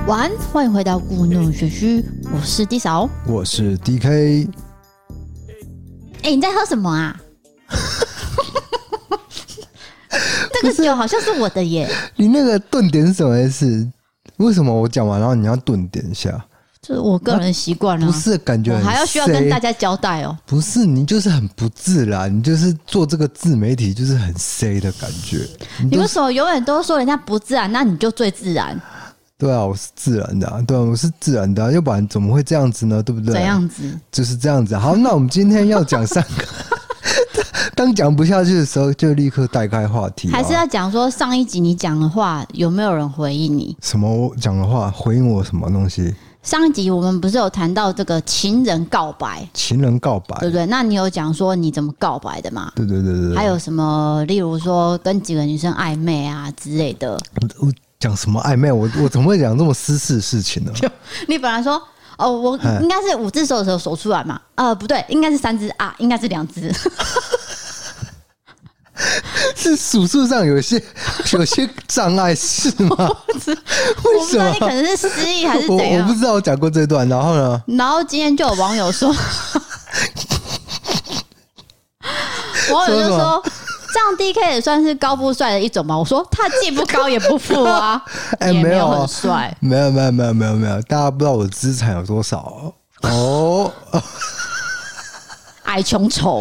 晚安，欢迎回到故弄玄虚，我是 D 嫂， 我是 DK。 你在喝什么啊？那个酒好像是我的耶。 你那个顿点是什么意思？为什么我讲完然后你要顿点一下？ 就是我个人习惯了， 不是感觉很我还要需要跟大家交代哦。 不是，你就是很不自然，你就是做这个自媒体就是很 C 的感觉。 你为什么永远都说人家不自然？那你就最自然。 对啊，我是自然的、啊，对啊，我是自然的、啊，要不然怎么会这样子呢？对不对？ 怎样子？ 就是这样子。好，那我们今天要讲3个。当讲不下去的时候，就立刻带开话题、啊。 还是要讲说上一集你讲的话有没有人回应你？ 什么我讲的话回应我什么东西？ 上一集我们不是有谈到这个情人告白？ 情人告白， 对不对？那你有讲说你怎么告白的吗？ 对对对对。 还有什么？例如说跟几个女生暧昧啊之类的。 我讲什么暧昧？我怎么会讲这么私事的事情呢？ 你本来说哦，我应该是5只手的时候手出来嘛？不对，应该是3只啊，应该是2只。 是数数上有些障碍是吗？为什么？ 你可能是失忆还是怎样？ 我不知道，我讲过这段，然后呢？ 然后今天就有网友说，网友就说。这样 DK 也算是高富帅的一种吧？我说他既不高也不富啊，也没有很帅， 没有，大家不知道我的资产有多少哦。 矮穷丑。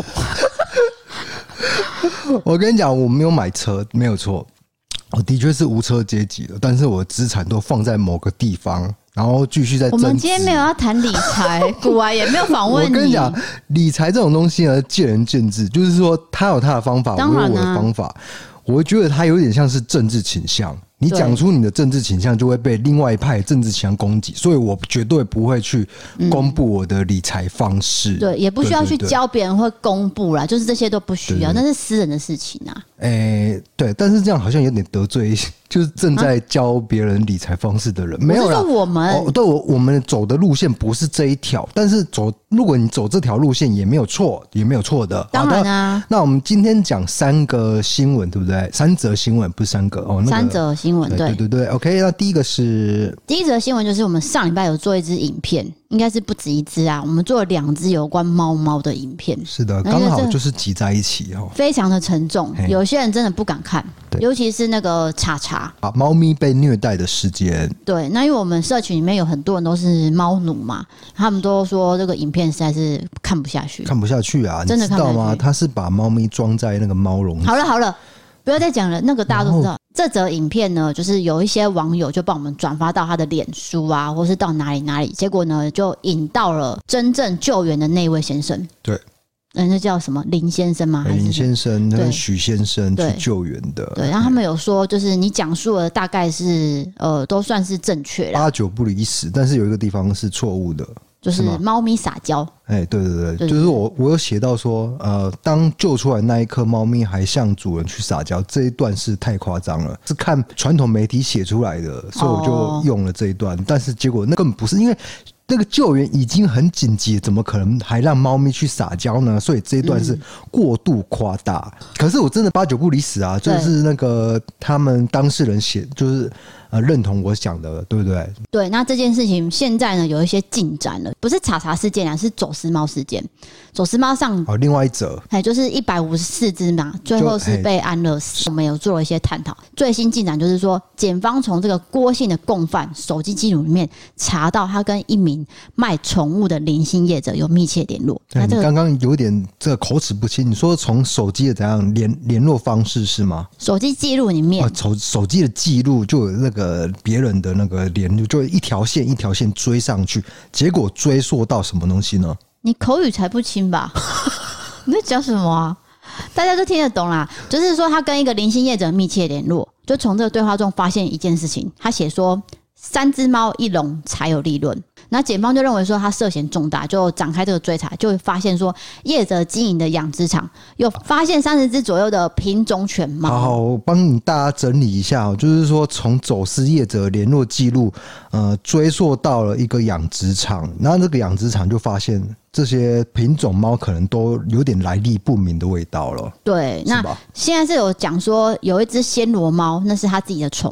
我跟你讲，我没有买车，没有错，我的确是无车阶级的，但是我的资产都放在某个地方。然后继续在增值。 我们今天没有要谈理财，古玩也没有访问你。 我跟你讲，理财这种东西呢，见仁见智，就是说他有他的方法，我有我的方法。我觉得他有点像是政治倾向，你讲出你的政治倾向，就会被另外一派政治倾向攻击，所以我绝对不会去公布我的理财方式。 对，也不需要去教别人或公布啦，就是这些都不需要，那是私人的事情啊。 对，但是这样好像有点得罪，就是正在教别人理财方式的人。没有啦， 我们对，我们走的路线不是这一条，但是如果你走这条路线也没有错，也没有错的。 当然啊。 那我们今天讲3个新闻，对不对？3则新闻不是3个哦。 3则新闻， 对。OK， 那第一一则新闻就是我们上礼拜有做一支影片，应该是不止1支啊，我们做了2支有关猫的影片。 是的，刚好就是挤在一起哦， 非常的沉重，有些人真的不敢看，尤其是那个查啊，猫咪被虐待的事件。 对，那因为我们社群里面有很多人都是猫奴嘛，他们都说这个影片实在是看不下去啊！ 真的看不下去， 你知道吗？他是把猫咪装在那个猫笼。 好了，不要再讲了，那个大家都知道。这则影片呢，就是有一些网友就帮我们转发到他的脸书啊，或是到哪里，结果呢就引到了真正救援的那位先生。 对。 那叫什么林先生吗？ 林先生跟许先生去救援的。 对，然后他们有说，就是你讲述的大概是都算是正确啦 ，8、9不离10，但是有一个地方是错误的， 就是猫咪撒娇。 对，就是我有写到说，当救出来那一刻，猫咪还向主人去撒娇，这一段是太夸张了，是看传统媒体写出来的，所以我就用了这一段，但是结果那根本不是，因为那个救援已经很紧急，怎么可能还让猫咪去撒娇呢？所以这一段是过度夸大。可是我真的8、9不离10啊，就是那个他们当事人写，就是认同我讲的，对不对？ 对，那这件事情现在呢有一些进展了，不是查事件啊，是走私猫事件。走私猫上另外一则， 就是154只嘛，最后是被安乐死。我们有做了一些探讨，最新进展就是说，检方从这个郭姓的共犯手机记录里面查到他跟一名卖宠物的零星业者有密切联络。 你刚刚有点这个口齿不清，你说从手机的怎样联络方式是吗？ 手机记录里面， 手机的记录就有那个别人的那个联络，就一条线一条线追上去，结果追溯到什么东西呢？ 你口语才不清吧？你在讲什么啊？大家都听得懂啦，就是说他跟一个零星业者密切联络，就从这个对话中发现一件事情，他写说3只猫1笼才有利润。那检方就认为说他涉嫌重大，就展开这个追查，就发现说业者经营的养殖场有发现30只左右的品种犬猫。 好，我帮你大家整理一下，就是说从走私业者联络记录，追溯到了一个养殖场，然后这个养殖场就发现这些品种猫可能都有点来历不明的味道了。 对，那现在是有讲说有一只暹罗猫，那是他自己的宠物。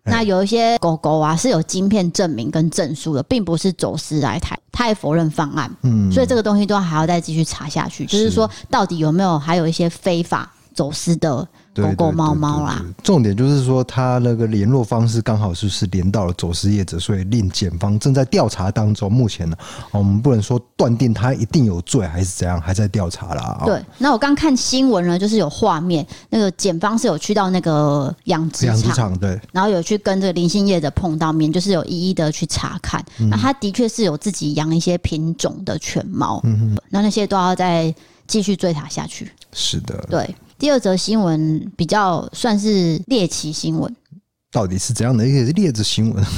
那有一些狗狗啊是有晶片证明跟证书的，并不是走私来台，他也否认犯案。所以这个东西都还要再继续查下去，就是说到底有没有还有一些非法走私的狗狗猫猫啦。 重点就是说他那个联络方式刚好是连到了走私业者，所以令检方正在调查当中。目前呢，我们不能说断定他一定有罪还是怎样，还在调查啦。 对，那我刚看新闻呢，就是有画面，那个检方是有去到那个养殖场，对，然后有去跟这个林姓业者碰到面，就是有一一的去查看。那他的确是有自己养一些品种的犬猫，那些都要再继续追查下去。 是的， 对。第二则新闻比较算是猎奇新闻， 到底是怎样的一个猎奇新闻？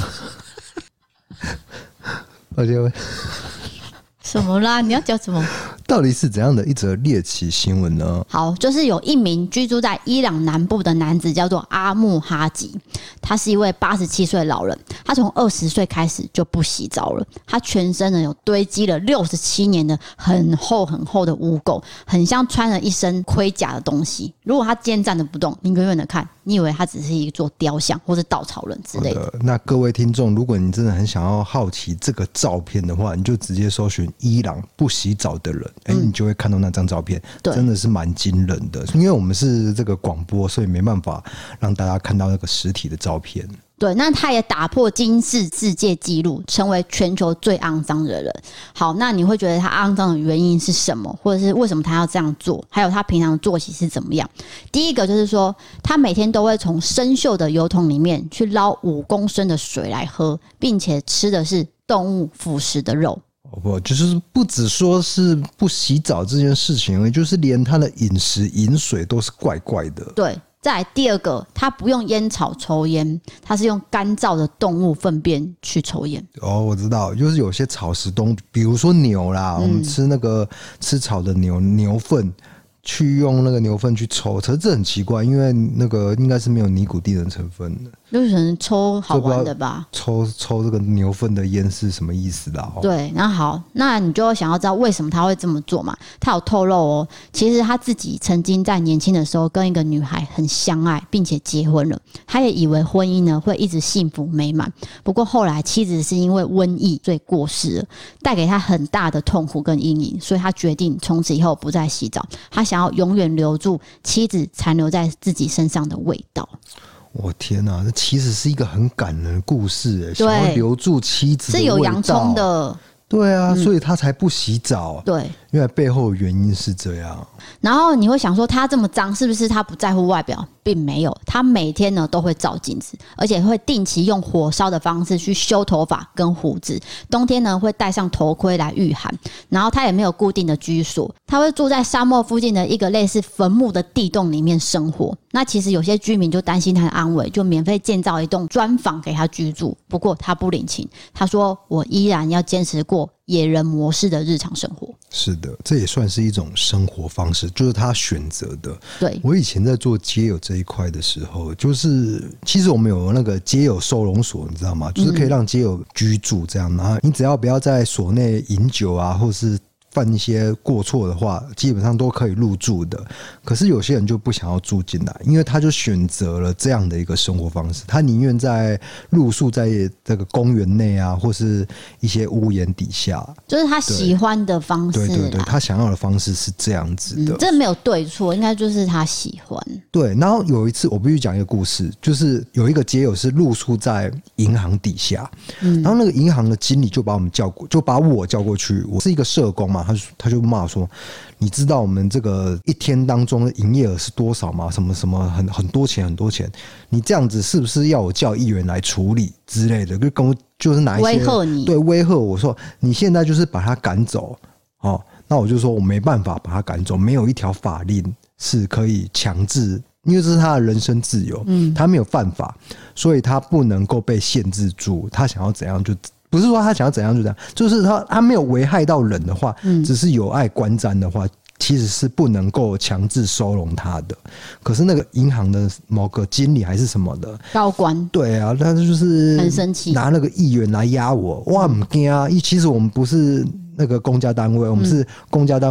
而且什么啦？你要讲什么？ 到底是怎样的一则猎奇新闻呢？ 好，就是有一名居住在伊朗南部的男子叫做阿木哈吉，他是一位87岁老人，他从20岁开始就不洗澡了，他全身呢有堆积了67年的很厚很厚的污垢，很像穿了一身盔甲的东西。如果他今天站着不动，你远远的看，你以为他只是一座雕像或是稻草人之类的。 那各位听众，如果你真的很想要好奇这个照片的话，你就直接搜寻伊朗不洗澡的人，你就会看到那张照片，真的是蛮惊人的。因为我们是这个广播，所以没办法让大家看到那个实体的照片。 对，那他也打破金氏世界纪录，成为全球最肮脏的人。好，那你会觉得他肮脏的原因是什么，或者是为什么他要这样做，还有他平常的作息是怎么样？第一个就是说，他每天都会从生锈的油桶里面去捞5公升的水来喝，并且吃的是动物腐蚀的肉。 不，就是不只说是不洗澡这件事情而已，就是连他的饮食饮水都是怪怪的。 对。再来第二个，他不用烟草抽烟，他是用干燥的动物粪便去抽烟。 我知道，就是有些草食动物，比如说牛啦，我们吃那个吃草的牛粪，去用那个牛粪去抽，可是这很奇怪，因为那个应该是没有尼古丁的成分的。 就是可能抽好玩的吧， 抽这个牛粪的烟是什么意思啦？ 对，那好，那你就想要知道为什么他会这么做嘛？他有透露其实他自己曾经在年轻的时候跟一个女孩很相爱，并且结婚了。他也以为婚姻呢会一直幸福美满，不过后来妻子是因为瘟疫所以过世了，带给他很大的痛苦跟阴影，所以他决定从此以后不再洗澡，他想要永远留住妻子残留在自己身上的味道。 我天哪，这其实是一个很感人的故事，想要留住妻子的味道， 是有洋葱的。 对啊，所以他才不洗澡。 对， 因为背后的原因是这样。 然后你会想说，他这么脏，是不是他不在乎外表？并没有，他每天呢都会照镜子，而且会定期用火烧的方式去修头发跟胡子。冬天呢会戴上头盔来御寒。然后他也没有固定的居所，他会住在沙漠附近的一个类似坟墓的地洞里面生活。那其实有些居民就担心他的安危，就免费建造一栋砖房给他居住。不过他不领情，他说：“我依然要坚持过野人模式的日常生活。” 是的，这也算是一种生活方式，就是他选择的。 对， 我以前在做街友这一块的时候，就是其实我们有那个街友收容所，你知道吗？就是可以让街友居住这样，然后你只要不要在所内饮酒啊，或是犯一些过错的话，基本上都可以入住的。可是有些人就不想要住进来，因为他就选择了这样的一个生活方式，他宁愿在露宿在这个公园内啊，或是一些屋檐底下， 就是他喜欢的方式。 对对对，他想要的方式是这样子的。 这没有对错，应该就是他喜欢。 对，然后有一次我必须讲一个故事，就是有一个街友是露宿在银行底下，然后那个银行的经理就把我叫过去，我是一个社工嘛，他就骂说：“你知道我们这个一天当中的营业额是多少吗？什么什么很多钱很多钱，你这样子是不是要我叫议员来处理之类的？就跟我就是拿一些威吓你， 对，威吓我说你现在就是把他赶走哦。那我就说我没办法把他赶走，没有一条法令是可以强制。”因为这是他的人身自由，他没有犯法，所以他不能够被限制住。他想要怎样就不是说他想要怎样就怎样，就是他没有危害到人的话，只是有碍观瞻的话，其实是不能够强制收容他的。可是那个银行的某个经理还是什么的高官， 对啊，他就是很生气， 拿那个议员来压我，哇，不怕啊！其实我们不是那个公家单位，我们是公家单位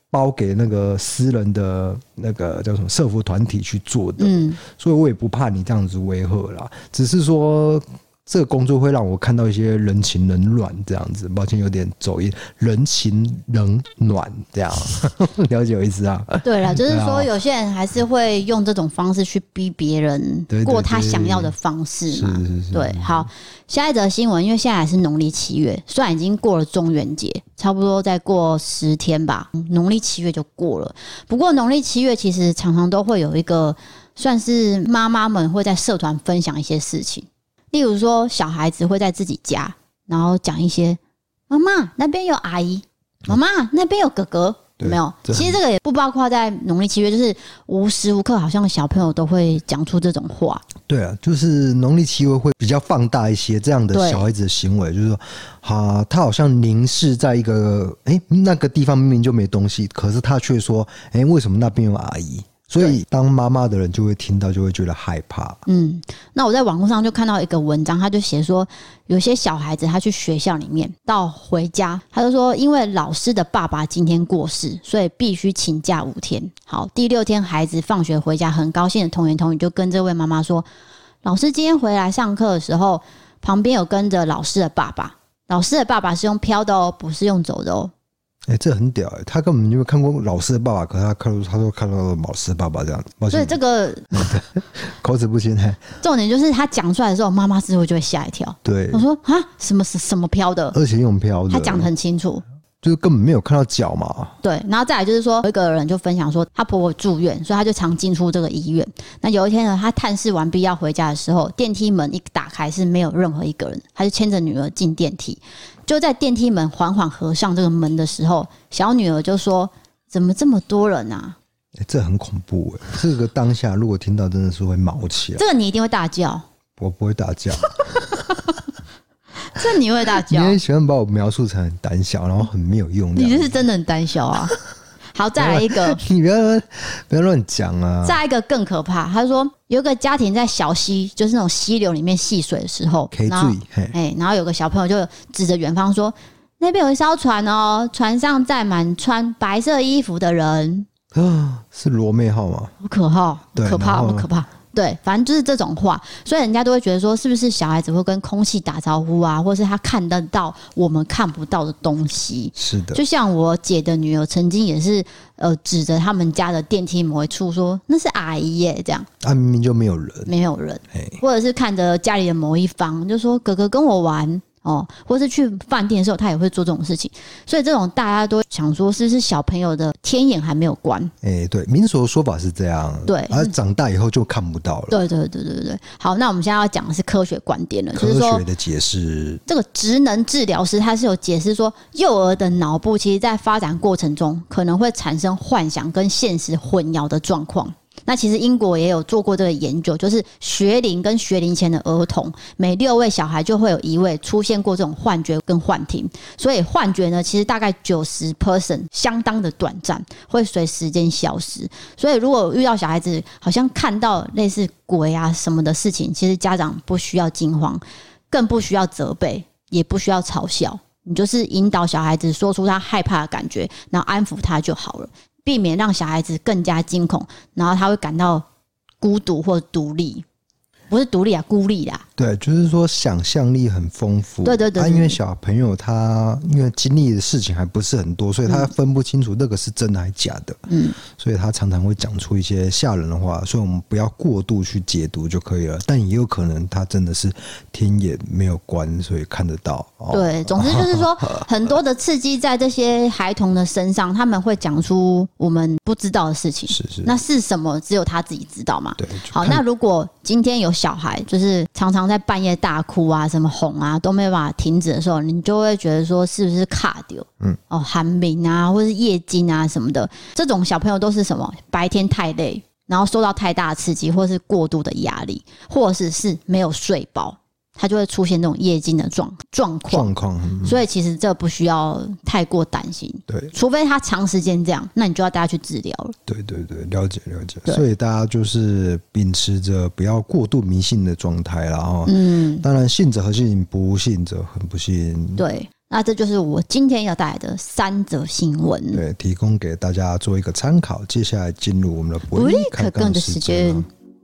包给那个私人的那个叫什么社福团体去做的，所以我也不怕你这样子威吓啦，只是说这个工作会让我看到一些人情冷暖这样子，抱歉有点走音，人情冷暖这样，了解我意思啊？ 对了，就是说有些人还是会用这种方式去逼别人过他想要的方式嘛。 是对，好，下一则新闻，因为现在还是农历7月，虽然已经过了中元节，差不多再过10天吧，农历7月就过了。不过农历7月其实常常都会有一个，算是妈妈们会在社团分享一些事情。例如说，小孩子会在自己家，然后讲一些妈妈那边有阿姨，妈妈那边有哥哥，有没有？其实这个也不包括在农历7月，就是无时无刻好像小朋友都会讲出这种话。 对啊，就是农历7月会比较放大一些这样的小孩子的行为，就是说，他好像凝视在一个那个地方明明就没东西，可是他却说，为什么那边有阿姨？所以当妈妈的人就会听到，就会觉得害怕。 那我在网络上就看到一个文章，他就写说，有些小孩子他去学校里面，到回家他就说，因为老师的爸爸今天过世，所以必须请假5天。好，第6天孩子放学回家，很高兴的童言童语就跟这位妈妈说，老师今天回来上课的时候，旁边有跟着老师的爸爸，老师的爸爸是用飘的哦，不是用走的哦。 这很屌他根本就没有看过老师的爸爸，可是他说看到老师的爸爸这样， 所以这个口齿不清。 重点就是他讲出来的时候，妈妈是会就会吓一跳。 对， 我说啊，什么飘的， 而且用飘的， 他讲得很清楚。 就是根本没有看到脚嘛。 对，然后再来就是说，有一个人就分享说，他婆婆住院，所以他就常进出这个医院。那有一天呢，他探视完毕要回家的时候，电梯门一打开是没有任何一个人，他就牵着女儿进电梯。就在电梯门缓缓合上这个门的时候，小女儿就说：“怎么这么多人啊？” 这很恐怖这个当下如果听到真的是会毛起来。 这个你一定会大叫。 我不会大叫。 这你会大叫？ 你也喜欢把我描述成很胆小，然后很没有用。 你就是真的很胆小啊！好，再来一个， 你不要乱讲啊！ 再来一个更可怕，他说有一个家庭在小溪，就是那种溪流里面戏水的时候，然后有个小朋友就指着远方说：“那边有一艘船哦，船上载满穿白色衣服的人。” 是罗妹号吗？ 好可怕，可怕，好可怕。对，反正就是这种话，所以人家都会觉得说，是不是小孩子会跟空气打招呼啊，或是他看得到我们看不到的东西？是的，就像我姐的女儿曾经也是，指着他们家的电梯某一处说那是阿姨耶，这样明明就没有人， 或者是看着家里的某一方就说哥哥跟我玩。或是去饭店的时候，他也会做这种事情，所以这种大家都想说，是不是小朋友的天眼还没有关？ 对，民俗的说法是这样， 对， 而长大以后就看不到了。 对。好，那我们现在要讲的是科学观点了， 科学的解释。 这个职能治疗师他是有解释说，幼儿的脑部其实在发展过程中可能会产生幻想跟现实混淆的状况。那其实英国也有做过这个研究，就是学龄跟学龄前的儿童，每6位小孩就会有1位出现过这种幻觉跟幻听。所以幻觉呢，其实大概90%相当的短暂，会随时间消失。所以如果遇到小孩子好像看到类似鬼啊什么的事情，其实家长不需要惊慌，更不需要责备，也不需要嘲笑，你就是引导小孩子说出他害怕的感觉，然后安抚他就好了，避免让小孩子更加惊恐，然后他会感到孤独或独立，不是独立啊，孤立啦。 对，就是说想象力很丰富。 对， 因为小朋友他因为经历的事情还不是很多，所以他分不清楚那个是真的还是假的。所以他常常会讲出一些吓人的话，所以我们不要过度去解读就可以了。但也有可能他真的是天眼没有关，所以看得到。 对，总之就是说，很多的刺激在这些孩童的身上，他们会讲出我们不知道的事情。是，那是什么？只有他自己知道嘛。对。好，那如果今天有小孩，就是常常在半夜大哭啊、什么哄啊都没有办法停止的时候，你就会觉得说是不是卡丢？寒鸣啊，或是夜惊啊什么的，这种小朋友都是什么？白天太累，然后受到太大的刺激，或是过度的压力，或者是没有睡饱。他就会出现这种夜惊的状况，所以其实这不需要太过担心，对，除非他长时间这样，那你就要带他去治疗了。对， 了解。所以大家就是秉持着不要过度迷信的状态啦，当然信者恒信，不信者恒不信。 对， 那这就是我今天要带来的3则新闻， 对，提供给大家做一个参考。接下来进入我们的不利可更的时间。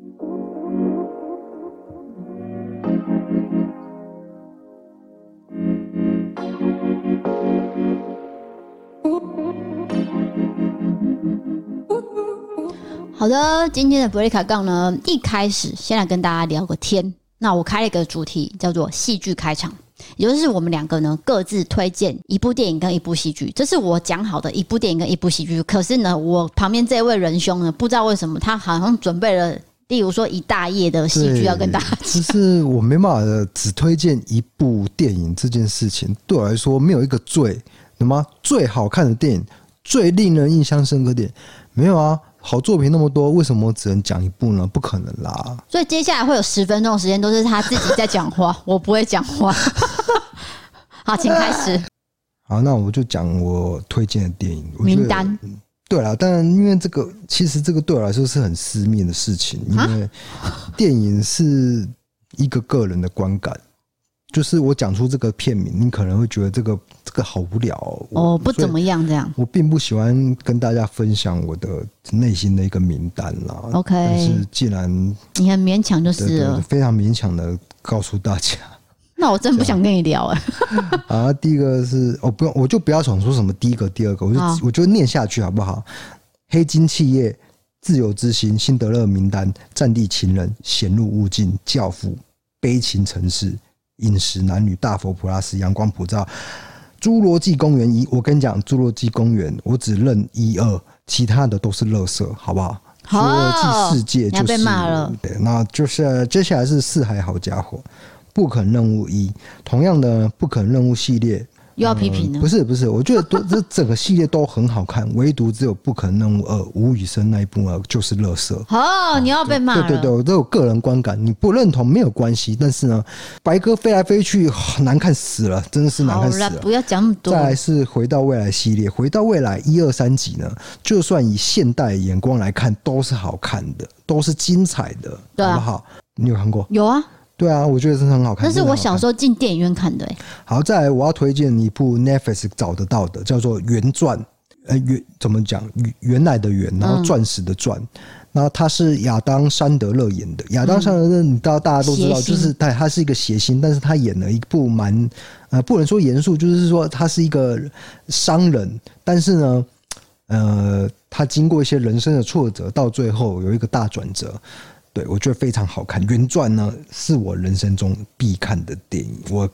好的，今天的伯利卡杠呢，一开始先来跟大家聊个天。那我开了一个主题叫做戏剧开场，也就是我们2个呢各自推荐一部电影跟一部戏剧，这是我讲好的一部电影跟一部戏剧。可是呢，我旁边这位仁兄呢，不知道为什么他好像准备了，例如说一大页的戏剧要跟大家讲。 就是我没办法只推荐一部电影这件事情，对我来说没有一个最好看的电影，最令人印象深刻的电影，没有啊。好作品那么多，为什么我只能讲一部呢？不可能啦！ 所以接下来会有10分钟的时间都是他自己在讲话，我不会讲话。好，请开始。 好，那我就讲我推荐的电影名单。 对啦，但因为其实这个对我来说是很私密的事情，因为电影是一个个人的观感。就是我讲出这个片名，你可能会觉得这个好无聊哦，不怎么样这样。 我并不喜欢跟大家分享我的内心的一个名单啦。 OK， 但是既然你很勉强就是了， 对非常勉强的告诉大家。 那我真不想跟你聊哎。 啊，第一个是不用，我就不要想说什么第一个、第二个，我就念下去好不好？黑金企业、自由之心、辛德勒名单、战地情人、显入勿近、教父、悲情城市、饮食男女、大佛普拉斯、阳光普照、侏罗纪公园1。我跟你讲，侏罗纪公园我只认1、2，其他的都是垃圾，好不好？侏罗纪世界就是，你要被骂了。 对，那就是接下来是四海好家伙、不可能任务1。同样的不可能任务系列又要批评了。 不是，我觉得这整个系列都很好看，唯独只有不可能任务2吴宇森那一部呢就是垃圾。 你要被骂了。 对，我都有个人观感，你不认同没有关系，但是呢，白鸽飞来飞去难看死了，真的是难看死了。 好啦，不要讲那么多。 再来是回到未来系列，回到未来1、2、3集呢，就算以现代眼光来看，都是好看的，都是精彩的，对好不好？你有看过？ 有啊。 对啊，我觉得真的很好看。 那是我小时候进电影院看的。 好，再来我要推荐一部 Netflix 找得到的，叫做《原钻》。怎么讲？原来的原，然后钻石的钻。然后他是亚当·山德勒演的。亚当·山德勒，你知道大家都知道，就是他是一个谐星，但是他演了一部不能说严肃，就是说他是一个商人，但是呢，他经过一些人生的挫折，到最后有一个大转折。对，我觉得非常好看。原钻呢是我人生中必看的电影，我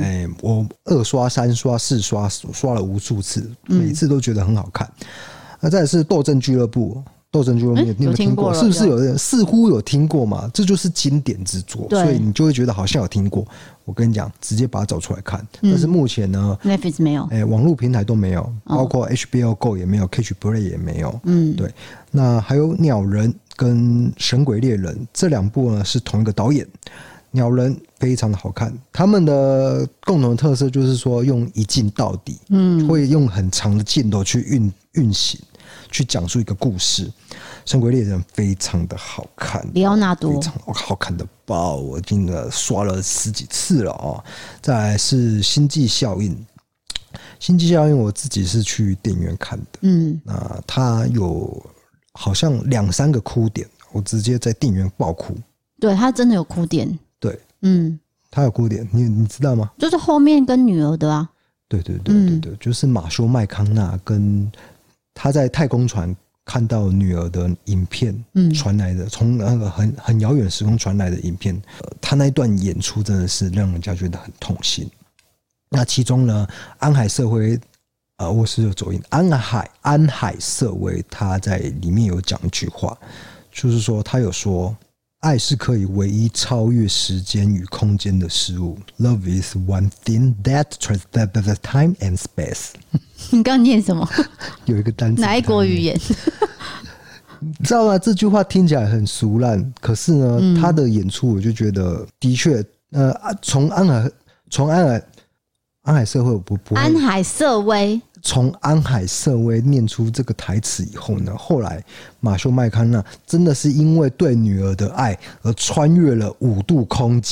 2刷、3刷、4刷，刷了无数次，每次都觉得很好看。那再来是斗争俱乐部，你有听过？是不是有人似乎有听过嘛？这就是经典之作，所以你就会觉得好像有听过。我跟你讲，直接把它找出来看。但是目前呢 ，Netflix 没有， 网络平台都没有，包括 HBO Go 也没有 ，Catch Play 也没有。对。那还有鸟人跟神鬼猎人这2部呢是同一个导演。鸟人非常的好看，他们的共同的特色就是说用一镜到底，会用很长的镜头去运行，去讲述一个故事。神鬼猎人非常的好看， 里奥纳多非常好看的爆，我真的刷了10几次了哦。再来是星际效应。星际效应我自己是去电影院看的，那它有好像2、3个哭点，我直接在电影院爆哭。 对，它真的有哭点。 对，它有哭点，你知道吗？ 就是后面跟女儿的啊。对， 就是马修麦康纳跟他在太空船看到女儿的影片传来的，从那个很遥远时空传来的影片，他那一段演出真的是让人家觉得很痛心。那其中呢，安海瑟薇，我是有走音，安海瑟薇他在里面有讲一句话，就是说他有说，爱是可以唯一超越时间与空间的事物。Love is one thing that transcends time and space 。 你刚刚念什么？ 有一个单词， 哪一国语言？ 你知道吗？这句话听起来很俗烂，可是呢，他的演出我就觉得的确，从安海瑟薇，我不会。安海瑟薇从安海瑟薇念出这个台词以后呢，后来马修麦康纳真的是因为对女儿的爱而穿越了5度空间，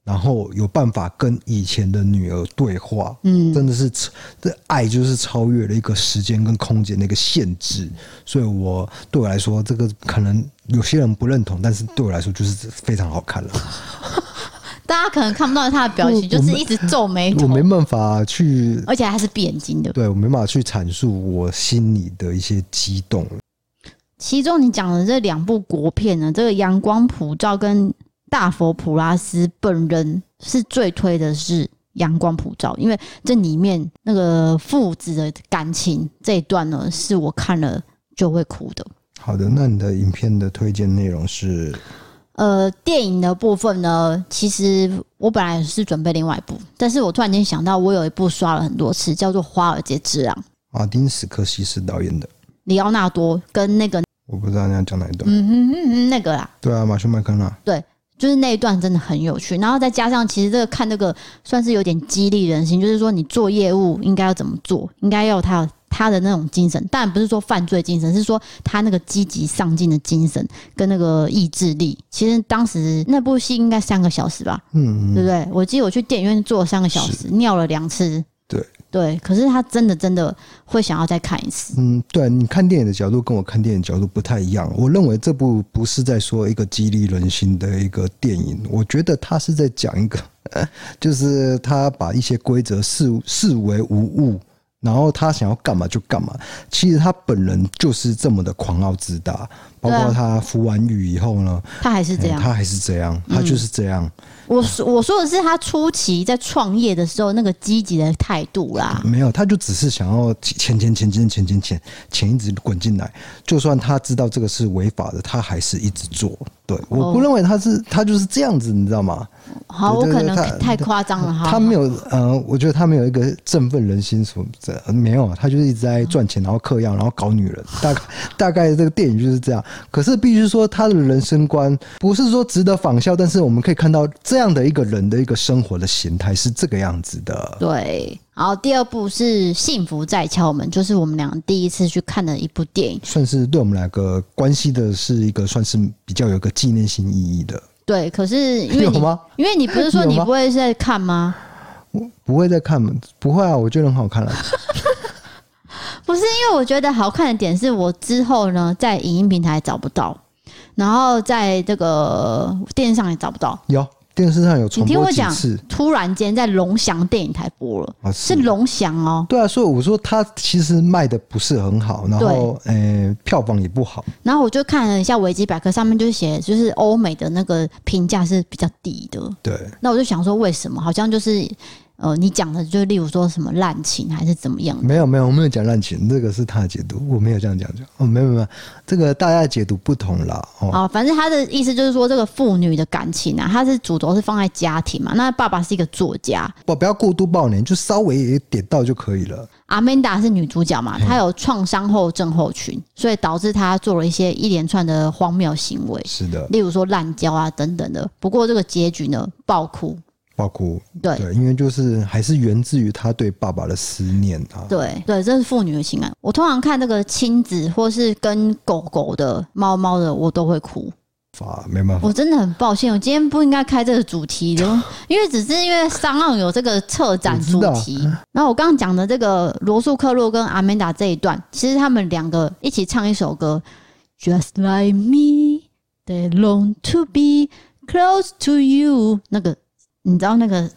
然后有办法跟以前的女儿对话，真的是这爱就是超越了一个时间跟空间的一个限制，所以对我来说，这个可能有些人不认同，但是对我来说就是非常好看了。 大家可能看不到他的表情，就是一直皱眉头， 我没办法去， 而且还是闭眼睛的。 对，我没办法去阐述我心里的一些激动。 其中你讲的这2部国片呢，这个《阳光普照》跟《大佛普拉斯》，本人是最推的是《阳光普照》，因为这里面那个父子的感情这一段呢，是我看了就会哭的。 好的，那你的影片的推荐内容是？ 电影的部分呢，其实我本来是准备另外一部，但是我突然间想到，我有一部刷了很多次，叫做《华尔街之狼》， 马丁·史科西斯导演的， 里奥纳多跟那个我不知道你要讲哪一段， 那个啦， 对啊，马修·麦康纳， 对，就是那一段真的很有趣，然后再加上其实看这个算是有点激励人心，就是说你做业务应该要怎么做，应该要他的那种精神，当然不是说犯罪精神，是说他那个积极上进的精神跟那个意志力。其实当时那部戏应该3个小时吧，对不对？我记得我去电影院坐了3个小时，尿了2次。对，可是他真的会想要再看一次。 对，你看电影的角度跟我看电影的角度不太一样。我认为这部不是在说一个激励人心的一个电影，我觉得他是在讲一个，就是他把一些规则视为无物。然后他想要干嘛就干嘛，其实他本人就是这么的狂傲自大，包括他服完狱以后呢， 他还是这样， 他就是这样。 我说的是他初期在创业的时候那个积极的态度啦。 没有，他就只是想要钱一直滚进来，就算他知道这个是违法的，他还是一直做。对，我不认为他就是这样子，你知道吗？ 好，我可能太夸张了哈。 他没有我觉得他没有一个振奋人心什么的，没有，他就是一直在赚钱，然后嗑药，然后搞女人，大概这个电影就是这样。可是必须说他的人生观不是说值得仿效，但是我们可以看到这样的一个人的一个生活的形态是这个样子的。 对，然后第2部是《幸福在敲门》，就是我们俩第一次去看的一部电影， 算是对我们两个关系的是一个算是比较有一个纪念性意义的。 对，可是因为你不是说你不会再看吗？ 我不会再看，不会啊，我觉得很好看了。 不是，因为我觉得好看的点是我之后呢在影音平台找不到，然后在这个电视上也找不到。 有电视上有重播几次， 你听我讲，突然间在龙翔电影台播了，是龙翔哦。 对啊，所以我说它其实卖的不是很好，然后票房也不好。 然后我就看了一下维基百科，上面就写就是欧美的那个评价是比较低的。 对， 那我就想说为什么？好像就是你讲的就例如说什么滥情还是怎么样的？ 没有，我没有讲滥情，这个是他的解读，我没有这样讲。没有，这个大家的解读不同啦。 反正他的意思就是说，这个父女的感情啊，他是主轴是放在家庭嘛。那爸爸是一个作家， 不要过度爆雷，就稍微也点到就可以了。 阿曼达是女主角嘛，她有创伤后症候群，所以导致她做了一连串的荒谬行为， 是的， 例如说滥交啊等等的。不过这个结局呢，爆哭，对， 因为就是还是源自于他对爸爸的思念啊。 对，这是父女的情感。我通常看这个亲子或是跟狗狗的、猫猫的，我都会哭。 没办法， 我真的很抱歉，我今天不应该开这个主题的，因为只是因为上岸有这个策展主题。然后我刚刚讲的这个罗素克洛跟阿曼达这一段，其实他们2个一起唱一首歌 ，Just like me, they long to be close to you。那个你知道那个？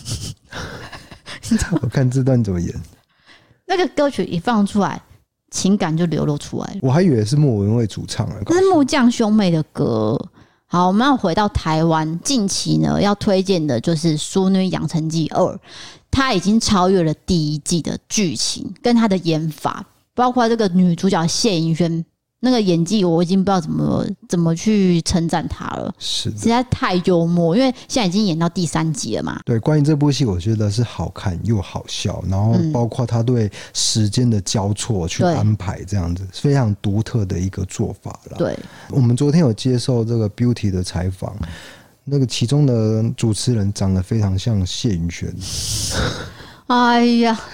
我看这段怎么演？ 那个歌曲一放出来，情感就流露出来了。 我还以为是莫文蔚主唱了， 这是木匠兄妹的歌。好，我们要回到台湾，近期呢要推荐的就是《淑女养成记2》，它已经超越了第1季的剧情跟它的演法，包括这个女主角谢盈萱那个演技，我已经不知道怎么去称赞她了， 是的， 实在太幽默，因为现在已经演到第3集了嘛。 对，关于这部戏，我觉得是好看又好笑，然后包括他对时间的交错去安排，这样子非常独特的一个做法啦。 对， 我们昨天有接受这个 Beauty 的采访，那个其中的主持人长得非常像谢盈萱。 哎呀。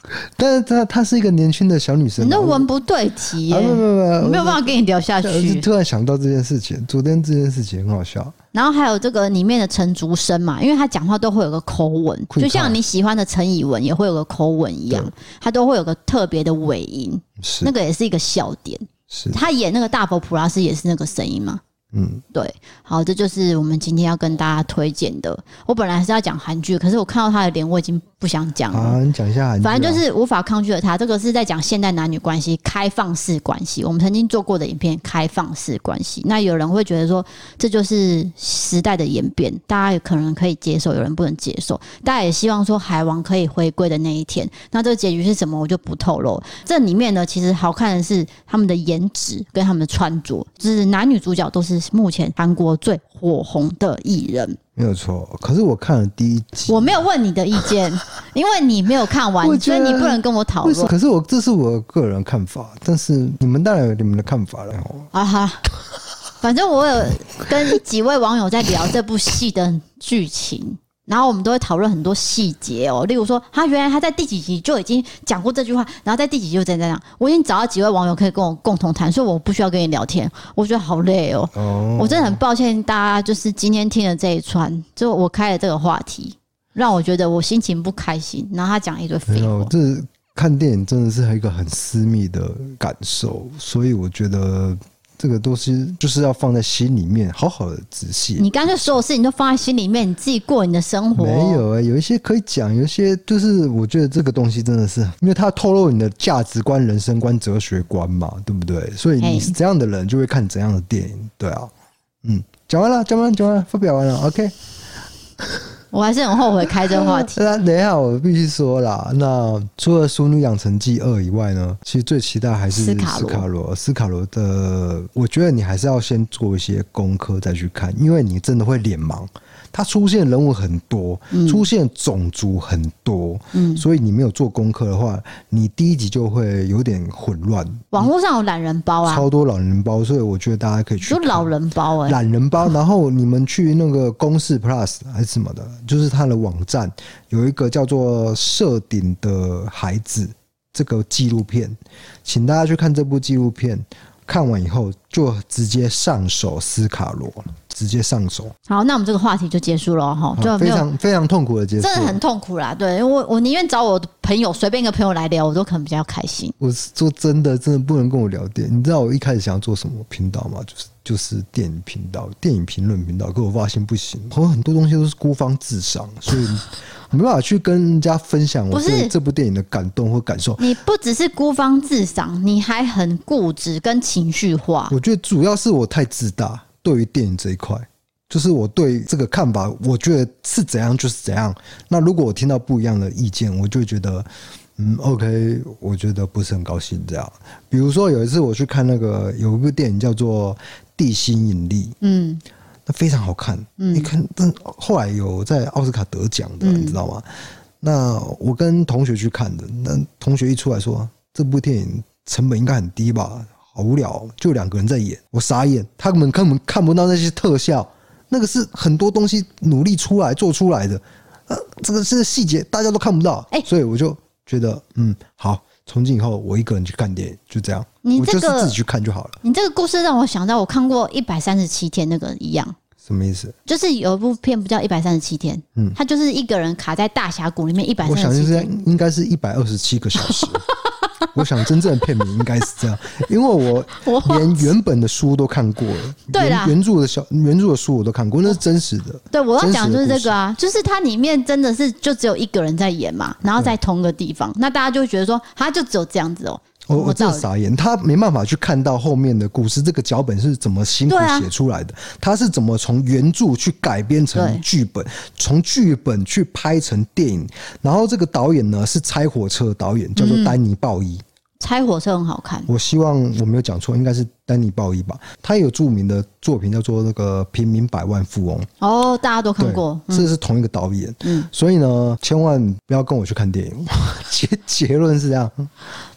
但是她是一个年轻的小女生， 你那文不对题耶、我没有办法跟你聊下去。 突然想到这件事情，昨天这件事情很好笑。 然后还有这个里面的陈竹生嘛，因为他讲话都会有个口吻，就像你喜欢的陈以文也会有个口吻一样，他都会有个特别的尾音，那个也是一个笑点。他演那个大佛普拉斯也是那个声音嘛。对，好，这就是我们今天要跟大家推荐的。我本来还是要讲韩剧，可是我看到他的脸，我已经不想讲了。 你讲一下韩剧。 反正就是无法抗拒的他，这个是在讲现代男女关系、开放式关系。我们曾经做过的影片，开放式关系。那有人会觉得说，这就是时代的演变，大家可能可以接受，有人不能接受。大家也希望说海王可以回归的那一天。那这个结局是什么，我就不透露。这里面呢，其实好看的是他们的颜值跟他们的穿着，就是男女主角都是目前韩国最火红的艺人， 没有错。可是我看了第一集， 我没有问你的意见，因为你没有看完，所以你不能跟我讨论。 可是这是我个人看法，但是你们当然有你们的看法了。 哈，反正我有跟几位网友在聊这部戏的剧情。然后我们都会讨论很多细节哦，例如说，原来他在第几集就已经讲过这句话，然后在第几集就这样。我已经找到几位网友可以跟我共同谈，所以我不需要跟你聊天。我觉得好累哦，我真的很抱歉大家，就是今天听了这一串，就我开了这个话题，让我觉得我心情不开心。然后他讲一堆废话， 这看电影真的是一个很私密的感受，所以我觉得。这个都是就是要放在心里面，好好的仔细。 你干脆所有事情都放在心里面，你自己过你的生活。 没有有一些可以讲，有一些就是我觉得这个东西真的是，因为它透露你的价值观、人生观、哲学观嘛，对不对？所以你是怎样的人，就会看怎样的电影，对啊。讲完了，发表完了 ，OK。 我还是很后悔开这个话题。 等一下，我必须说啦，那除了《淑女养成记2》以外呢，其实最期待还是斯卡罗的。我觉得你还是要先做一些功课再去看，因为你真的会脸盲。他出现人物很多，出现种族很多，所以你没有做功课的话，你第一集就会有点混乱。 网络上有懒人包啊， 超多懒人包，所以我觉得大家可以去看。 就老人包懒人包，然后你们去那个公视 Plus 还是什么的，就是它的网站有一个叫做《设顶的孩子》这个纪录片，请大家去看这部纪录片。看完以后就直接上手斯卡罗，直接上手。好， 那我们这个话题就结束了哈，就非常非常痛苦的结束， 真的很痛苦啦。对，因为我宁愿找我的朋友，随便一个朋友来聊，我都可能比较开心。 我说真的不能跟我聊天。你知道我一开始想要做什么频道吗？就是电影频道、电影评论频道。可我发现不行，我很多东西都是孤芳自赏，所以没办法去跟人家分享我对这部电影的感动或感受。 你不只是孤芳自赏，你还很固执跟情绪化。 我觉得主要是我太自大，对于电影这一块，就是我对这个看法，我觉得是怎样就是怎样。那如果我听到不一样的意见，我就会觉得OK， 我觉得不是很高兴这样。比如说有一次我去看有一部电影叫做《地心引力》，那非常好看，你看，后来有在奥斯卡得奖的，你知道吗？那我跟同学去看的，那同学一出来说这部电影成本应该很低吧，好无聊，就2个人在演，我傻眼，他们根本看不到那些特效，那个是很多东西努力出来做出来的，这个是细节大家都看不到，所以我就觉得好，从今以后我一个人去看电影，就这样，我就是自己去看就好了。 你这个故事让我想到我看过137天那个一样。 什么意思？ 就是有一部片不叫137天，他就是一个人卡在大峡谷里面137天。 我想应该是127个小时。我想真正的片名应该是这样，因为我连原本的书都看过了，对啦，原著的书我都看过，那是真实的。 对，我要讲就是这个啊，就是它里面真的是就只有一个人在演嘛，然后在同一个地方，那大家就会觉得说，他就只有这样子哦。 我真的傻眼，他没办法去看到后面的故事，这个脚本是怎么辛苦写出来的，他是怎么从原著去改编成剧本，从剧本去拍成电影，然后这个导演呢是拆火车的导演，叫做丹尼鲍伊。 拆火车很好看， 我希望我没有讲错，应该是丹尼鲍伊吧。他有著名的作品叫做那个《平民百万富翁》， 大家都看过， 这是同一个导演。所以呢，千万不要跟我去看电影。结论是这样。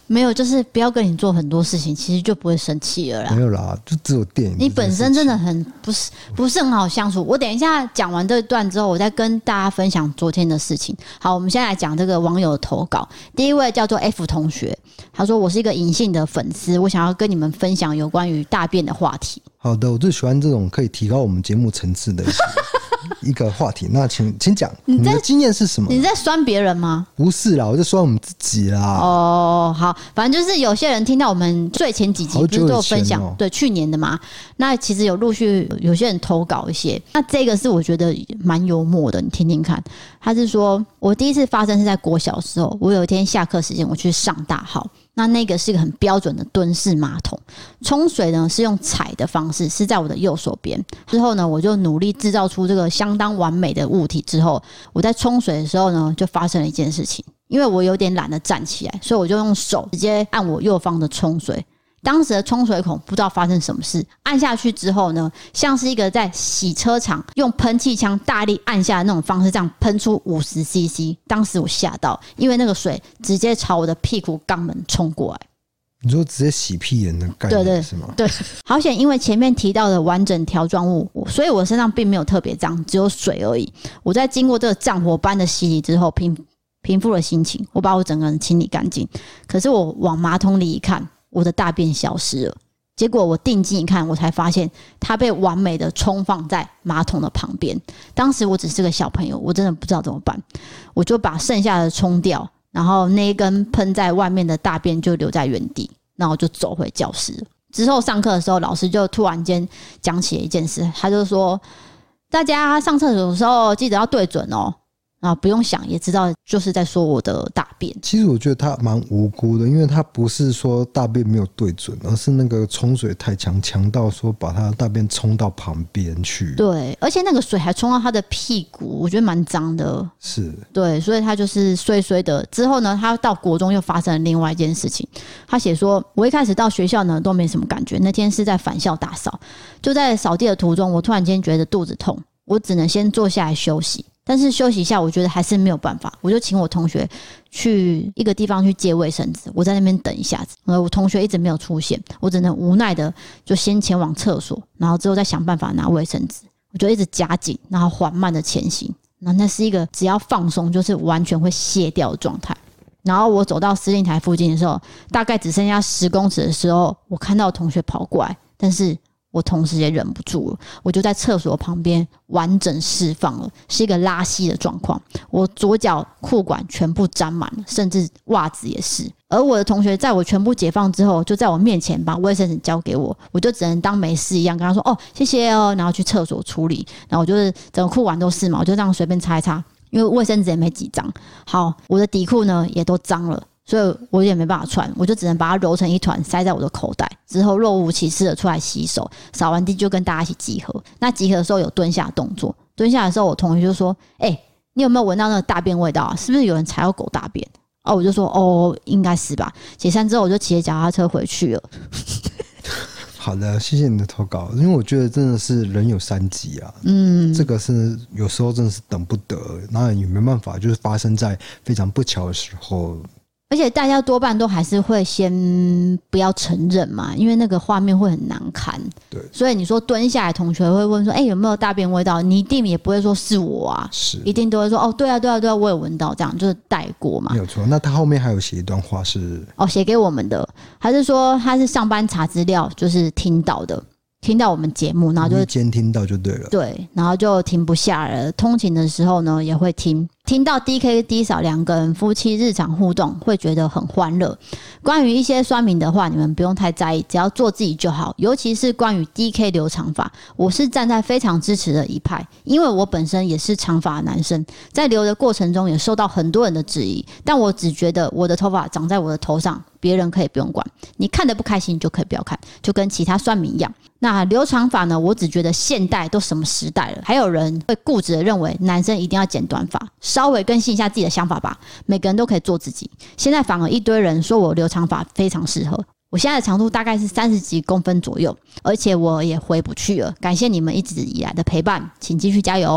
没有，就是不要跟你做很多事情，其实就不会生气了啦。 没有啦，就只有电影。 你本身真的很不是很好相处。我等一下讲完这段之后，我再跟大家分享昨天的事情。好，我们现在来讲这个网友的投稿。第一位叫做 F 同学，他说：“我是一个隐性的粉丝，我想要跟你们分享有关于大便的话题。” 好的，我最喜欢这种可以提高我们节目层次的一个话题。那请讲，你的经验是什么？ 你在酸别人吗？ 不是啦，我在酸我们自己啦。 哦，好，反正就是有些人听到我们最前几集不是都有分享，对，去年的嘛。那其实有陆续有些人投稿一些，那这个是我觉得蛮幽默的，你听听看。他是说我第一次发生是在国小的时候，我有一天下课时间我去上大号。那个是一个很标准的蹲式马桶，冲水呢是用踩的方式，是在我的右手边。之后呢，我就努力制造出这个相当完美的物体。之后，我在冲水的时候呢，就发生了一件事情，因为我有点懒得站起来，所以我就用手直接按我右方的冲水。当时的冲水孔不知道发生什么事，按下去之后呢，像是一个在洗车场用喷气枪大力按下的那种方式，这样喷出50cc。当时我吓到，因为那个水直接朝我的屁股肛门冲过来。 你说直接洗屁眼的概念， 对是吗？ 对，好险！因为前面提到的完整条状物，所以我身上并没有特别脏，只有水而已。我在经过这个战火般的洗礼之后，平复了心情，我把我整个人清理干净。可是我往马桶里一看，我的大便消失了。结果我定睛一看，我才发现它被完美的冲放在马桶的旁边。当时我只是个小朋友，我真的不知道怎么办，我就把剩下的冲掉，然后那一根喷在外面的大便就留在原地，然后就走回教室了。之后上课的时候，老师就突然间讲起了一件事，他就说：“大家上厕所的时候记得要对准哦。”啊，不用想也知道，就是在说我的大便。 其实我觉得他蛮无辜的，因为他不是说大便没有对准，而是那个冲水太强，强到说把他的大便冲到旁边去。 对，而且那个水还冲到他的屁股，我觉得蛮脏的。 是， 对，所以他就是衰衰的。之后呢，他到国中又发生了另外一件事情。他写说，我一开始到学校呢都没什么感觉，那天是在返校大扫，就在扫地的途中，我突然间觉得肚子痛，我只能先坐下来休息。但是休息一下，我觉得还是没有办法，我就请我同学去一个地方去借卫生纸，我在那边等一下子。我同学一直没有出现，我只能无奈的就先前往厕所，然后之后再想办法拿卫生纸。我就一直夹紧，然后缓慢的前行。那是一个只要放松就是完全会卸掉的状态。然后我走到司令台附近的时候，大概只剩下10公尺的时候，我看到同学跑过来，但是我同时也忍不住了，我就在厕所旁边完整释放了，是一个拉稀的状况。我左脚裤管全部沾满了，甚至袜子也是。而我的同学在我全部解放之后，就在我面前把卫生纸交给我，我就只能当没事一样跟他说：“哦，谢谢哦。”然后去厕所处理。然后我就是整个裤管都是嘛，我就这样随便擦一擦，因为卫生纸也没几张。好，我的底裤呢也都脏了。所以我也没办法穿，我就只能把它揉成一团塞在我的口袋，之后若无其事的出来洗手，扫完地就跟大家一起集合。那集合的时候有蹲下动作，蹲下的时候我同学就说：“你有没有闻到那个大便味道啊？是不是有人踩到狗大便？”我就说：“哦，应该是吧。”解散之后我就骑着脚踏车回去了。 好的，谢谢你的投稿，因为我觉得真的是人有三急啊，这个是有时候真的是等不得，那也没办法，就是发生在非常不巧的时候。 而且大家多半都还是会先不要承认嘛，因为那个画面会很难看。 对， 所以你说蹲下来，同学会问说：“有没有大便味道？”你一定也不会说是我啊， 是一定都会说：“哦，对啊，对啊，对啊，我有闻到。”这样就是带过嘛。 没有错。那他后面还有写一段话是写给我们的，还是说他是上班查资料，就是听到我们节目，然后就监听到就对了。 对，然后就停不下来了。通勤的时候呢，也会听到 DK、D 嫂两个人夫妻日常互动，会觉得很欢乐。关于一些酸民的话，你们不用太在意，只要做自己就好。尤其是关于 DK 留长发，我是站在非常支持的一派，因为我本身也是长发男生，在留的过程中也受到很多人的质疑，但我只觉得我的头发长在我的头上，别人可以不用管，你看得不开心就可以不要看，就跟其他酸民一样。那留长发呢，我只觉得现代都什么时代了，还有人会固执的认为男生一定要剪短发，稍微更新一下自己的想法吧，每个人都可以做自己。现在反而一堆人说我留长发非常适合，我现在的长度大概是30几公分左右，而且我也回不去了。感谢你们一直以来的陪伴，请继续加油哦。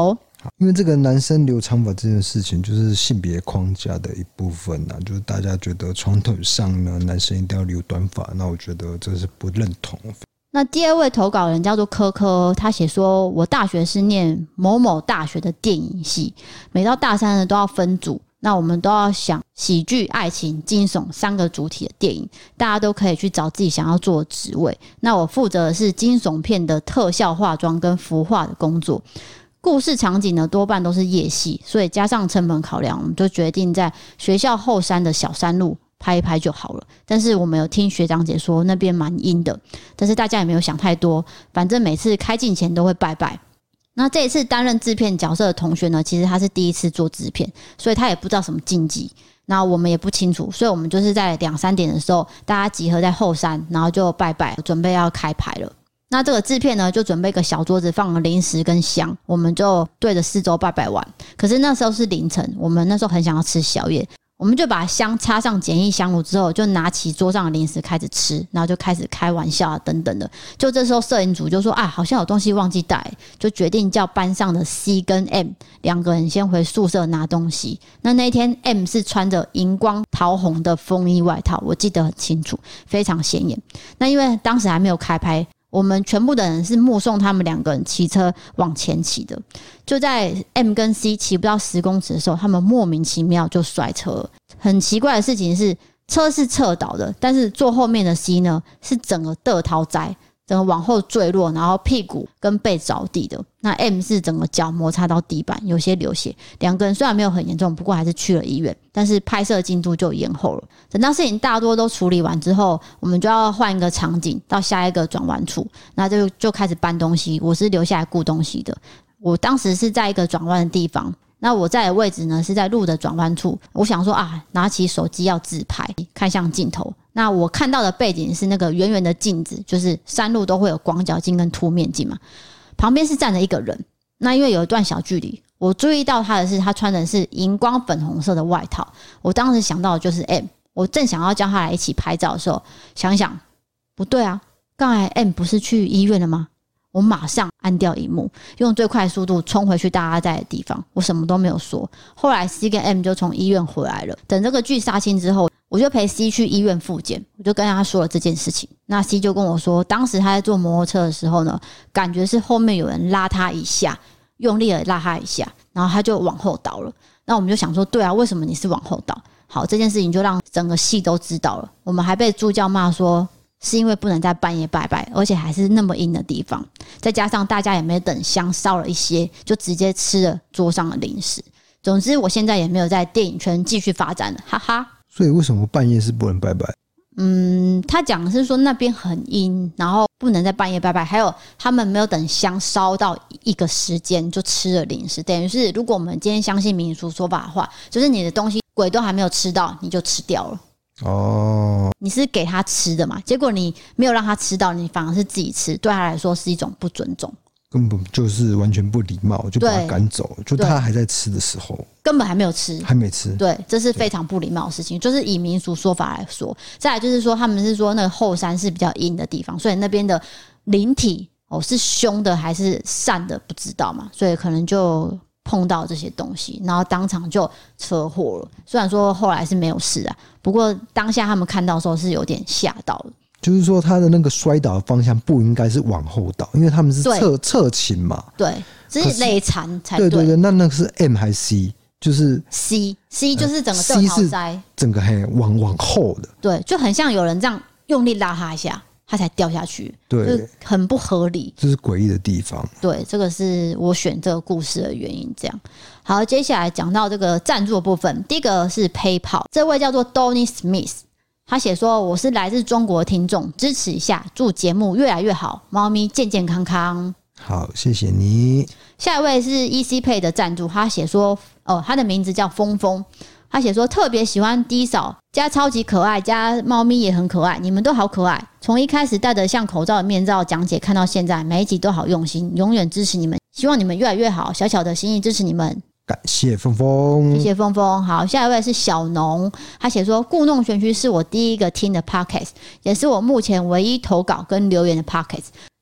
因为这个男生留长发这件事情就是性别框架的一部分啊，就是大家觉得传统上呢男生一定要留短发，那我觉得这是不认同。 那第二位投稿人叫做科科，他写说我大学是念某某大学的电影系，每到大三呢都要分组，那我们都要想喜剧、爱情、惊悚3个主体的电影，大家都可以去找自己想要做的职位。那我负责的是惊悚片的特效化妆跟服化的工作，故事场景呢多半都是夜戏，所以加上成本考量，我们就决定在学校后山的小山路拍一拍就好了。但是我们有听学长姐说那边蛮阴的，但是大家也没有想太多，反正每次开镜前都会拜拜。那这一次担任制片角色的同学呢，其实他是第一次做制片，所以他也不知道什么禁忌，那我们也不清楚，所以我们就是在2-3点的时候大家集合在后山，然后就拜拜，准备要开拍了。那这个制片呢就准备一个小桌子放了零食跟香，我们就对着四周拜拜完。可是那时候是凌晨，我们那时候很想要吃宵夜，我们就把香插上简易香炉之后，就拿起桌上的零食开始吃，然后就开始开玩笑啊等等的。就这时候摄影组就说啊，好像有东西忘记带，就决定叫班上的 C 跟 M 2个人先回宿舍拿东西。那一天 M 是穿着荧光桃红的风衣外套，我记得很清楚，非常显眼。那因为当时还没有开拍，我们全部的人是目送他们2个人骑车往前骑的。就在 M 跟 C 骑不到10公尺的时候，他们莫名其妙就摔车了。很奇怪的事情是，车是侧倒的，但是坐后面的 C 呢是整个倒头栽，整个往后坠落，然后屁股跟背着地的。那 M 是整个脚摩擦到地板，有些流血。2个人虽然没有很严重，不过还是去了医院，但是拍摄进度就延后了。等到事情大多都处理完之后，我们就要换一个场景，到下一个转弯处，那就开始搬东西。我是留下来顾东西的，我当时是在一个转弯的地方，那我在的位置呢是在路的转弯处。我想说啊，拿起手机要自拍，看向镜头。那我看到的背景是那个圆圆的镜子，就是山路都会有广角镜跟凸面镜嘛。旁边是站着一个人，那因为有一段小距离，我注意到他的是他穿的是荧光粉红色的外套。我当时想到的就是 M， 我正想要叫他来一起拍照的时候，想想不对啊，刚才 M 不是去医院了吗？我马上按掉萤幕，用最快速度冲回去大家在的地方，我什么都没有说。后来 C 跟 M 就从医院回来了，等这个剧杀青之后，我就陪 C 去医院复健，我就跟他说了这件事情。那 C 就跟我说，当时他在坐摩托车的时候呢，感觉是后面有人拉他一下，用力的拉他一下，然后他就往后倒了。那我们就想说，对啊，为什么你是往后倒？好，这件事情就让整个系都知道了。我们还被助教骂说，是因为不能在半夜拜拜，而且还是那么阴的地方，再加上大家也没等香烧了一些，就直接吃了桌上的零食。总之我现在也没有在电影圈继续发展了，哈哈。 所以为什么半夜是不能拜拜？ 他讲的是说那边很阴，然后不能在半夜拜拜，还有他们没有等香烧到一个时间就吃了零食，等于是如果我们今天相信民俗说法的话，就是你的东西鬼都还没有吃到你就吃掉了。哦，你是给他吃的嘛，结果你没有让他吃到，你反而是自己吃，对他来说是一种不尊重， 根本就是完全不礼貌，就把他赶走。就他还在吃的时候， 根本还没有吃， 还没吃。 对，这是非常不礼貌的事情，就是以民俗说法来说。再来就是说，他们是说那个后山是比较阴的地方，所以那边的灵体是凶的还是善的不知道嘛，所以可能就碰到这些东西，然后当场就车祸了。虽然说后来是没有事啊，不过当下他们看到的时候是有点吓到了。 就是说他的那个摔倒的方向不应该是往后倒，因为他们是侧倾嘛。 对，这是累残才对。对对对，那是 M 还是 C？ 就是 C 就是整个倒头栽， 整个往后的。 对，就很像有人这样用力拉他一下，他才掉下去。 对， 就很不合理。 这是诡异的地方。 对，这个是我选这个故事的原因。这样好，接下来讲到这个赞助的部分，第一个是 PayPal， 这位叫做 Donny Smith。他写说，我是来自中国的听众，支持一下，祝节目越来越好，猫咪健健康康。 好，谢谢你。 下一位是 EC Pay 的赞助，他写说，他的名字叫峰峰，他写说特别喜欢低嫂，加超级可爱，加猫咪也很可爱，你们都好可爱。从一开始戴着像口罩的面罩讲解，看到现在，每一集都好用心，永远支持你们，希望你们越来越好，小小的心意支持你们。 感谢峰峰， 谢谢峰峰。好，下一位是小农，他写说故弄玄虚是我第一个听的 podcast， 也是我目前唯一投稿跟留言的 podcast。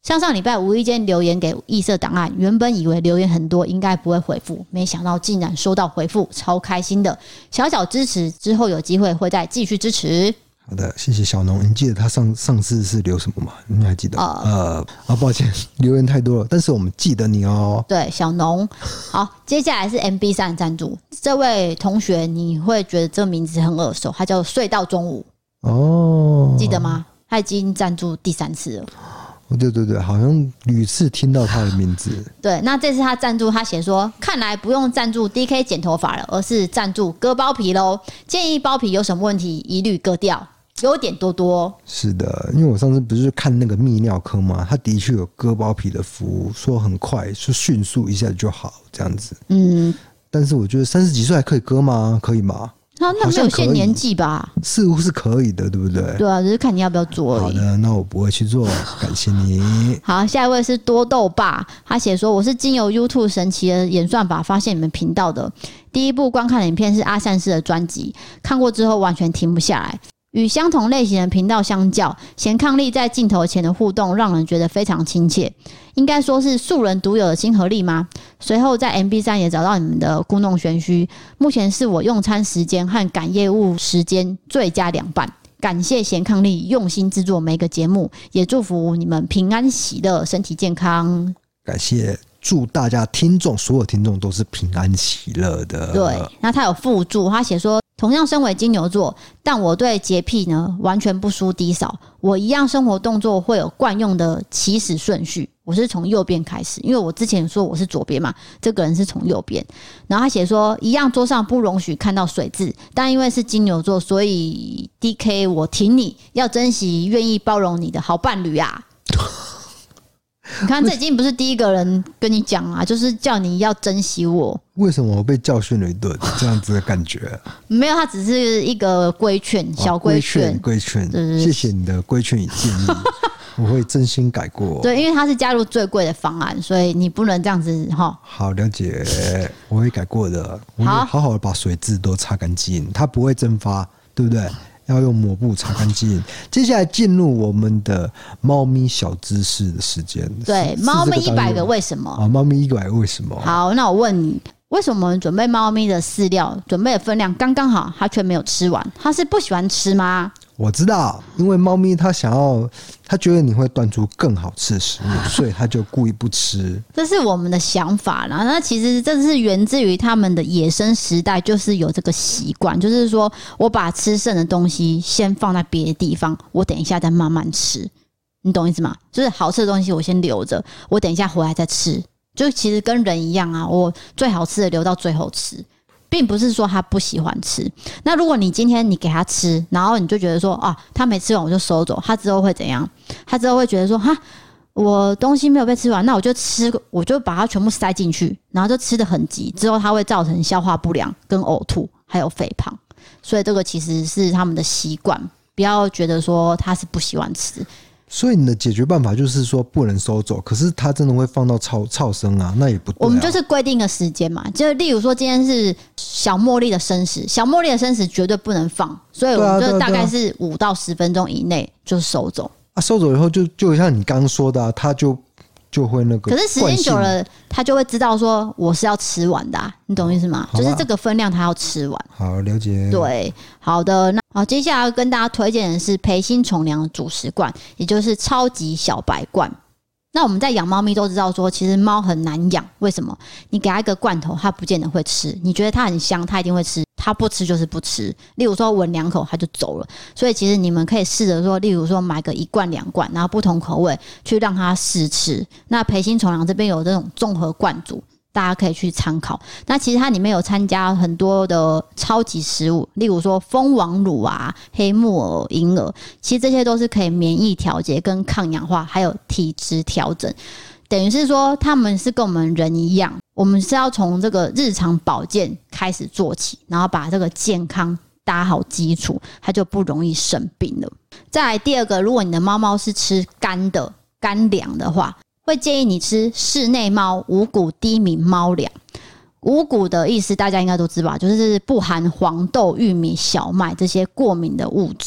上礼拜无意间留言给异色档案，原本以为留言很多应该不会回复，没想到竟然收到回复，超开心的。小小支持，之后有机会会再继续支持。 好的，谢谢小农。你记得他上次是留什么吗？你还记得？抱歉，留言太多了，但是我们记得你哦。 对，小农。好，接下来是 MB3 赞助，这位同学你会觉得这个名字很耳熟，他叫睡到中午。哦，记得吗？他已经赞助第3次了。 对，好像屡次听到他的名字。 对，那这次他赞助，他写说，看来不用赞助 DK 剪头发了，而是赞助割包皮咯。建议包皮有什么问题，一律割掉。优点多多。 是的，因为我上次不是看那个泌尿科嘛，他的确有割包皮的服务，说很快，说迅速一下就好这样子。但是我觉得30几岁还可以割吗？可以吗？ 那没有限年纪吧？ 似乎是可以的，对不对？ 对啊，只是看你要不要做而已。 好的，那我不会去做，感谢你。 好，下一位是多豆爸，他写说，我是经由 YouTube 神奇的演算法发现你们频道的，第一部观看的影片是阿善师的专辑，看过之后完全停不下来。与相同类型的频道相较，贤伉俪在镜头前的互动让人觉得非常亲切，应该说是素人独有的亲和力吗？随后在 MB3 也找到你们的故弄玄虚，目前是我用餐时间和赶业务时间最佳良伴。感谢贤伉俪用心制作每个节目，也祝福你们平安喜乐，身体健康。 感谢，祝大家所有听众都是平安喜乐的。 对，那他有附注，他写说，同样身为金牛座，但我对洁癖呢完全不输低嫂。我一样生活动作会有惯用的起始顺序，我是从右边开始，因为我之前说我是左边嘛，这个人是从右边。然后他写说，一样桌上不容许看到水渍，但因为是金牛座，所以 DK 我挺你，要珍惜愿意包容你的好伴侣啊。你看，这已经不是第一个人跟你讲啊，就是叫你要珍惜我。 为什么我被教训了一顿这样子的感觉？ 没有，他只是一个规劝，小规劝。 规劝，谢谢你的规劝与建议，我会真心改过。 对，因为他是加入最贵的方案，所以你不能这样子哈。 好，了解，我会改过的。我会好好的把水渍都擦干净，它不会蒸发，对不对？要用抹布擦干净。接下来进入我们的猫咪小知识的时间。 对，猫咪100个为什么？ 猫咪100个为什么？ 好，那我问你，为什么准备猫咪的饲料准备的分量刚刚好，它却没有吃完？它是不喜欢吃吗？ 我知道，因为猫咪它觉得你会端出更好吃的食物，所以它就故意不吃。 这是我们的想法啦。那其实这是源自于他们的野生时代，就是有这个习惯，就是说我把吃剩的东西先放在别的地方，我等一下再慢慢吃。你懂意思吗？就是好吃的东西我先留着，我等一下回来再吃。就其实跟人一样啊，我最好吃的留到最后吃。并不是说他不喜欢吃。那如果你今天你给他吃，然后你就觉得说啊，他没吃完我就收走，他之后会怎样？他之后会觉得说，哈，我东西没有被吃完，那我就把它全部塞进去，然后就吃得很急，之后它会造成消化不良、跟呕吐，还有肥胖。所以这个其实是他们的习惯，不要觉得说他是不喜欢吃。 所以你的解决办法就是说不能收走，可是它真的会放到超生啊，那也不对啊。 我们就是规定个时间嘛，就例如说今天是小茉莉的生食，小茉莉的生食绝对不能放，所以我们就大概是5到10分钟以内就收走。 啊，收走以后就像你刚刚说的啊，它就会那个。 可是时间久了，他就会知道说我是要吃完的啊，你懂意思吗？就是这个分量他要吃完。 好，了解。 对，好的，那好，接下来要跟大家推荐的是培心宠粮主食罐，也就是超级小白罐。那我们在养猫咪都知道说，其实猫很难养，为什么？你给它一个罐头，它不见得会吃。你觉得它很香，它一定会吃。它不吃就是不吃，例如说闻2口它就走了。所以其实你们可以试着说，例如说买个1罐2罐，然后不同口味去让它试吃。那培心宠粮这边有这种综合罐组，大家可以去参考。那其实它里面有参加很多的超级食物，例如说蜂王乳啊、黑木耳、银耳，其实这些都是可以免疫调节、跟抗氧化，还有体质调整。等于是说，他们是跟我们人一样，我们是要从这个日常保健开始做起，然后把这个健康搭好基础，它就不容易生病了。再来第2个，如果你的猫猫是吃干粮的话，会建议你吃室内猫五谷低敏猫粮。五谷的意思大家应该都知道吧，就是不含黄豆、玉米、小麦这些过敏的物质。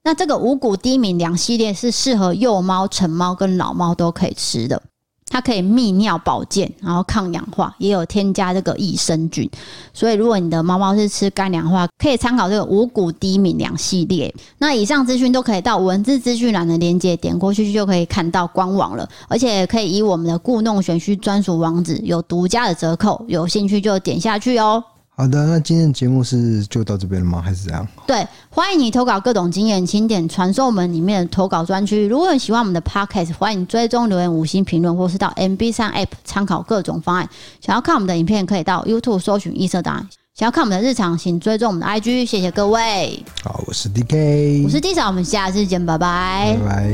那这个五谷低敏2系列是适合幼猫、成猫跟老猫都可以吃的。它可以泌尿保健，然后抗氧化，也有添加这个益生菌，所以如果你的猫猫是吃干粮的话，可以参考这个五谷低敏2系列。那以上资讯都可以到文字资讯栏的连结点过去就可以看到官网了，而且可以以我们的故弄玄虚专属网址有独家的折扣，有兴趣就点下去哦。 好的，那今天的节目就到这边了吗？还是怎样？ 对，欢迎你投稿各种经验，请点传送门里面的投稿专区。如果你喜欢我们的 podcast， 欢迎追踪留言5星评论，或是到 MB3 app 参考各种方案。想要看我们的影片，可以到 YouTube 搜寻异色档案。想要看我们的日常，请追踪我们的 IG。谢谢各位。 好，我是 DK， 我是 D 嫂，我们下次见，拜拜。 拜拜。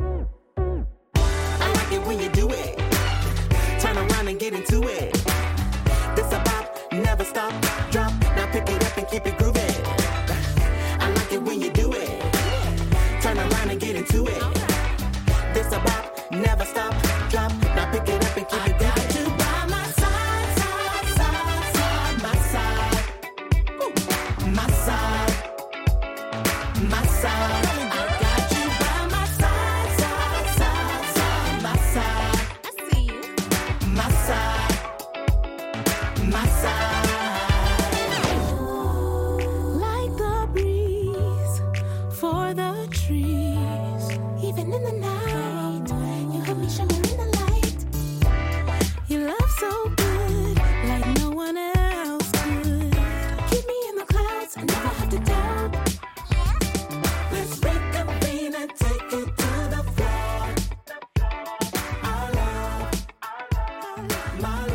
Never stop, drop, now pick it up and keep it grooving. I like it when you do it. Turn around and get into it. This a bop, never stop, drop, now pick it up and keep it grooving. I got you by my side, side, side, side, my side. My side, my side. I got you by my side, side, side, side, my side. I see you. My side, my side. Even in the night, you have me shimmering in the light. Your love so good, like no one else could. Keep me in the clouds, I never have to doubt. Let's reconvene and take it to the floor. Our love, my love.